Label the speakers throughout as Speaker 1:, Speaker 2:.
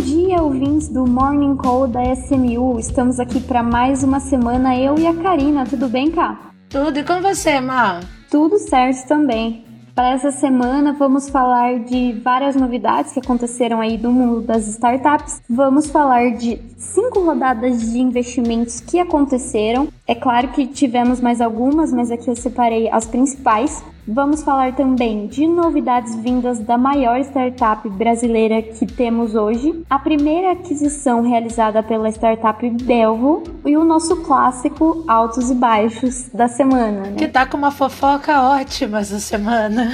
Speaker 1: dia, ouvintes do Morning Call da SMU. Estamos aqui para mais uma semana, eu e a Karina. Tudo bem, Ká?
Speaker 2: Tudo, e com você, Má?
Speaker 1: Tudo certo também. Para essa semana, vamos falar de várias novidades que aconteceram aí no mundo das startups. Vamos falar de 5 rodadas de investimentos que aconteceram. É claro que tivemos mais algumas, mas aqui eu separei as principais. Vamos falar também de novidades vindas da maior startup brasileira que temos hoje, a primeira aquisição realizada pela startup Belvo e o nosso clássico altos e baixos da semana, né?
Speaker 2: Que tá com uma fofoca ótima essa semana.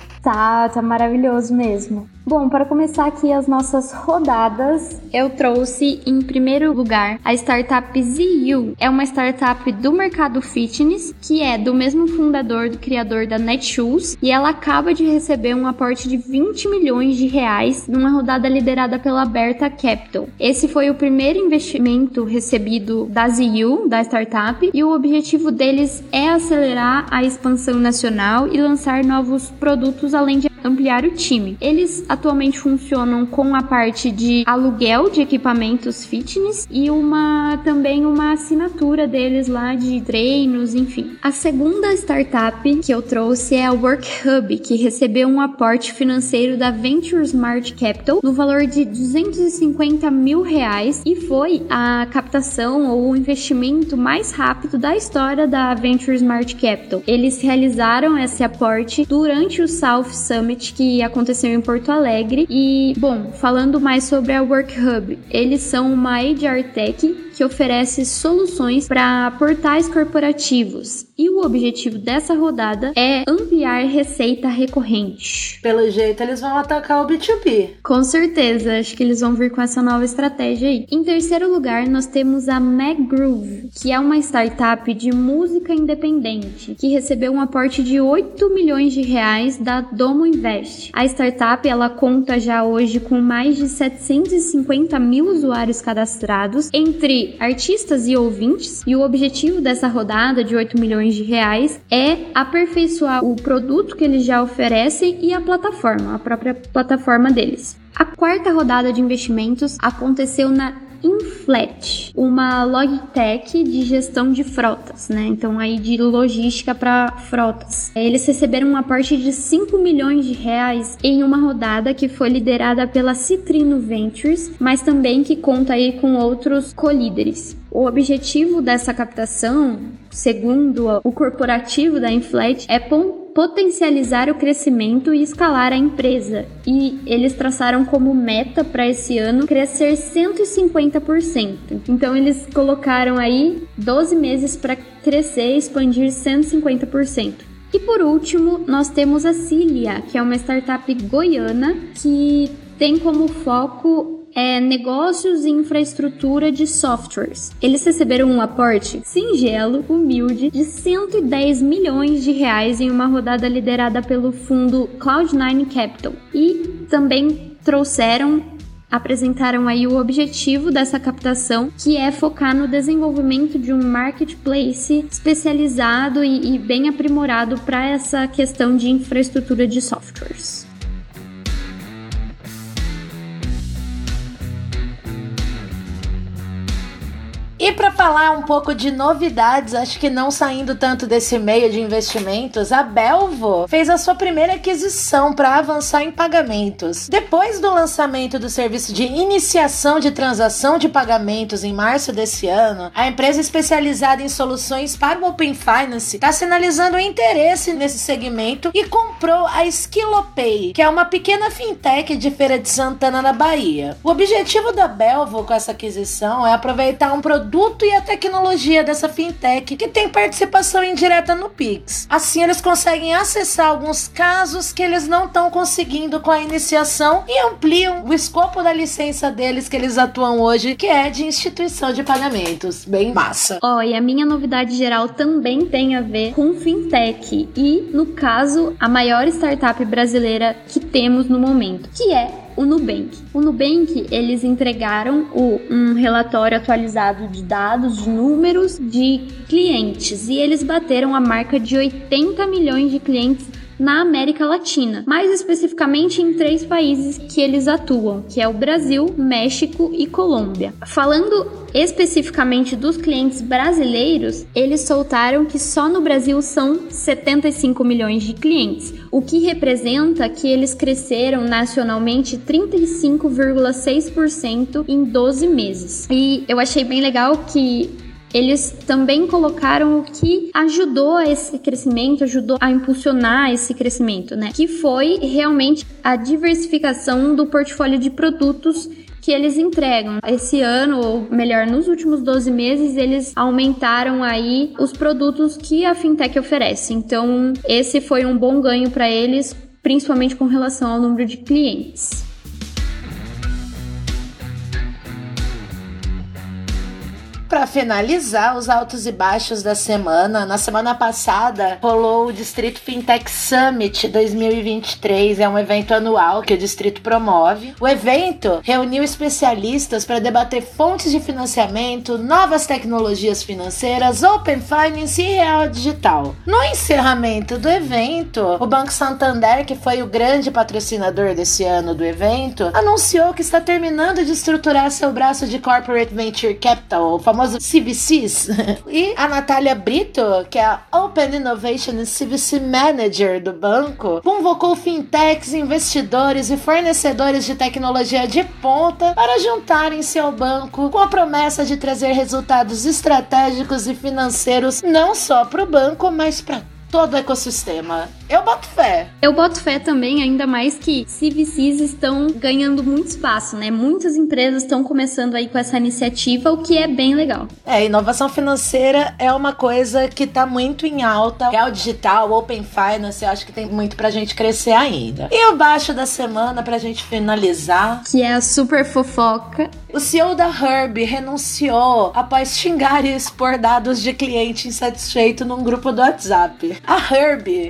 Speaker 1: Tá maravilhoso mesmo. Bom, para começar aqui as nossas rodadas, eu trouxe em primeiro lugar a startup ZU. É uma startup do mercado fitness, que é do mesmo fundador do criador da Netshoes, e ela acaba de receber um aporte de 20 milhões de reais numa rodada liderada pela Berta Capital. Esse foi o primeiro investimento recebido da ZU, da startup, e o objetivo deles é acelerar a expansão nacional e lançar novos produtos, além de ampliar o time. Eles atualmente funcionam com a parte de aluguel de equipamentos fitness e também uma assinatura deles lá de treinos, enfim. A segunda startup que eu trouxe é a WorkHub, que recebeu um aporte financeiro da Venture Smart Capital no valor de 250 mil reais e foi a captação ou o investimento mais rápido da história da Venture Smart Capital. Eles realizaram esse aporte durante o South Summit que aconteceu em Porto Alegre. E, bom, falando mais sobre a WorkHub, eles são uma HR Tech que oferece soluções para portais corporativos. E o objetivo dessa rodada é ampliar receita recorrente.
Speaker 2: Pelo jeito, eles vão atacar o B2B.
Speaker 1: Com certeza, acho que eles vão vir com essa nova estratégia aí. Em terceiro lugar, nós temos a MagGroove, que é uma startup de música independente, que recebeu um aporte de 8 milhões de reais da Domo Invest. A startup, ela conta já hoje com mais de 750 mil usuários cadastrados, entre artistas e ouvintes, e o objetivo dessa rodada de 8 milhões de reais é aperfeiçoar o produto que eles já oferecem e a plataforma, a própria plataforma deles. A quarta rodada de investimentos aconteceu na Inflat, uma logtech de gestão de frotas, né? Então aí de logística para frotas. Eles receberam um aporte de 5 milhões de reais em uma rodada que foi liderada pela Citrino Ventures, mas também que conta aí com outros colíderes. O objetivo dessa captação, segundo o corporativo da Inflat, é potencializar o crescimento e escalar a empresa. E eles traçaram como meta para esse ano crescer 150%. Então eles colocaram aí 12 meses para crescer e expandir 150%. E por último, nós temos a Cilia, que é uma startup goiana que tem como foco negócios e infraestrutura de softwares. Eles receberam um aporte singelo, humilde, de 110 milhões de reais em uma rodada liderada pelo fundo Cloud9 Capital. E também apresentaram aí o objetivo dessa captação, que é focar no desenvolvimento de um marketplace especializado e bem aprimorado para essa questão de infraestrutura de softwares.
Speaker 2: E para falar um pouco de novidades, acho que não saindo tanto desse meio de investimentos, a Belvo fez a sua primeira aquisição para avançar em pagamentos. Depois do lançamento do serviço de iniciação de transação de pagamentos em março desse ano, a empresa especializada em soluções para o Open Finance está sinalizando interesse nesse segmento e comprou a Skillopay, que é uma pequena fintech de Feira de Santana, na Bahia. O objetivo da Belvo com essa aquisição é aproveitar um produto e a tecnologia dessa fintech que tem participação indireta no Pix. Assim eles conseguem acessar alguns casos que eles não estão conseguindo com a iniciação e ampliam o escopo da licença deles que eles atuam hoje, que é de instituição de pagamentos. Bem massa.
Speaker 1: E a minha novidade geral também tem a ver com fintech e, no caso, a maior startup brasileira que temos no momento, que é o Nubank. O Nubank, eles entregaram um relatório atualizado de dados, de números de clientes, e eles bateram a marca de 80 milhões de clientes na América Latina, mais especificamente em 3 países que eles atuam, que é o Brasil, México e Colômbia. Falando especificamente dos clientes brasileiros, eles soltaram que só no Brasil são 75 milhões de clientes, o que representa que eles cresceram nacionalmente 35,6% em 12 meses. E eu achei bem legal que eles também colocaram o que ajudou a esse crescimento, ajudou a impulsionar esse crescimento, né? Que foi realmente a diversificação do portfólio de produtos que eles entregam. Esse ano, ou melhor, nos últimos 12 meses, eles aumentaram aí os produtos que a fintech oferece. Então, esse foi um bom ganho para eles, principalmente com relação ao número de clientes.
Speaker 2: Para finalizar os altos e baixos da semana, na semana passada rolou o Distrito Fintech Summit 2023, é um evento anual que o Distrito promove. O evento reuniu especialistas para debater fontes de financiamento, novas tecnologias financeiras, Open Finance e real digital. No encerramento do evento, o Banco Santander, que foi o grande patrocinador desse ano do evento, anunciou que está terminando de estruturar seu braço de Corporate Venture Capital, o famoso CVCs. E a Natália Brito, que é a Open Innovation and CVC Manager do banco, convocou fintechs, investidores e fornecedores de tecnologia de ponta para juntarem-se ao banco com a promessa de trazer resultados estratégicos e financeiros não só para o banco, mas para todo o ecossistema. Eu boto fé.
Speaker 1: Eu boto fé também, ainda mais que CVCs estão ganhando muito espaço, né? Muitas empresas estão começando aí com essa iniciativa, o que é bem legal.
Speaker 2: Inovação financeira é uma coisa que tá muito em alta. Real digital, Open Finance, eu acho que tem muito pra gente crescer ainda. E o baixo da semana, pra gente finalizar,
Speaker 1: que é a super fofoca.
Speaker 2: O CEO da Herb renunciou após xingar e expor dados de cliente insatisfeito num grupo do WhatsApp. A Herb,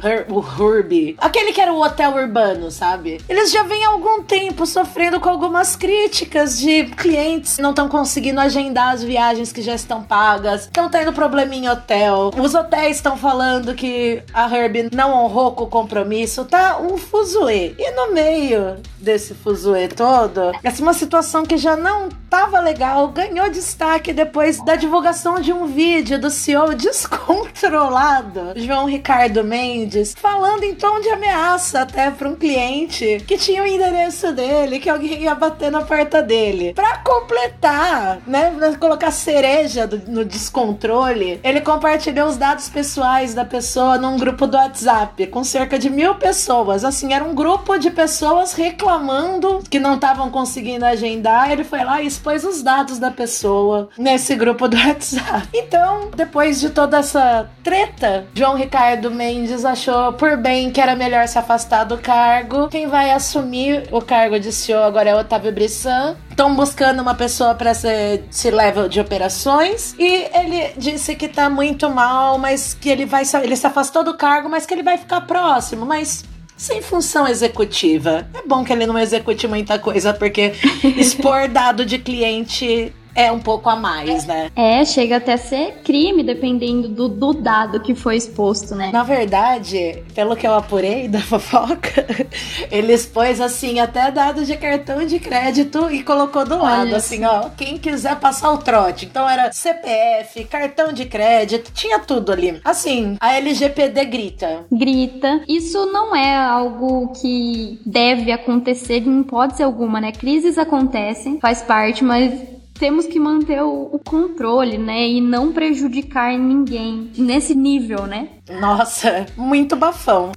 Speaker 2: aquele que era o hotel urbano, sabe? Eles já vêm há algum tempo sofrendo com algumas críticas de clientes que não estão conseguindo agendar as viagens que já estão pagas, estão tendo problema em hotel, os hotéis estão falando que a Herb não honrou com o compromisso, tá um fuzuê. E no meio desse fuzuê todo, essa é uma situação que já não tava legal, ganhou destaque depois da divulgação de um vídeo do CEO descontrolado, João Ricardo Mendes, falando em tom de ameaça até para um cliente que tinha o endereço dele, que alguém ia bater na porta dele. Pra completar, né, pra colocar cereja no descontrole, ele compartilhou os dados pessoais da pessoa num grupo do WhatsApp, com cerca de 1.000 pessoas. Assim, era um grupo de pessoas reclamando que não estavam conseguindo agendar. Ele foi lá e expôs os dados da pessoa nesse grupo do WhatsApp. Então, depois de toda essa treta, João Ricardo Mendes achou por bem que era melhor se afastar do cargo. Quem vai assumir o cargo de CEO agora é Otávio Brissan. Estão buscando uma pessoa para ser C-level de operações, e ele disse que tá muito mal, mas que ele se afastou do cargo, mas que ele vai ficar próximo, mas sem função executiva. É bom que ele não execute muita coisa, porque expor dado de cliente é um pouco a mais, né?
Speaker 1: Chega até a ser crime, dependendo do dado que foi exposto, né?
Speaker 2: Na verdade, pelo que eu apurei da fofoca, ele expôs, assim, até dados de cartão de crédito e colocou do lado, assim, ó, quem quiser passar o trote. Então era CPF, cartão de crédito, tinha tudo ali. Assim, a LGPD grita.
Speaker 1: Grita. Isso não é algo que deve acontecer em hipótese alguma, né? Crises acontecem, faz parte, mas temos que manter o controle, né? E não prejudicar ninguém nesse nível, né?
Speaker 2: Nossa, muito bafão.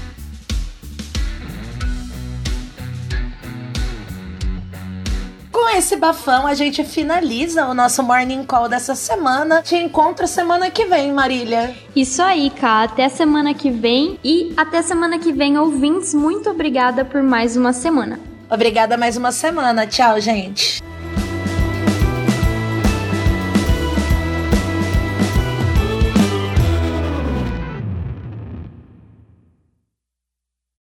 Speaker 2: Com esse bafão, a gente finaliza o nosso Morning Call dessa semana. Te encontro semana que vem, Marília.
Speaker 1: Isso aí, Ká. Até semana que vem. E até semana que vem, ouvintes. Muito obrigada por mais uma semana.
Speaker 2: Obrigada mais uma semana. Tchau, gente.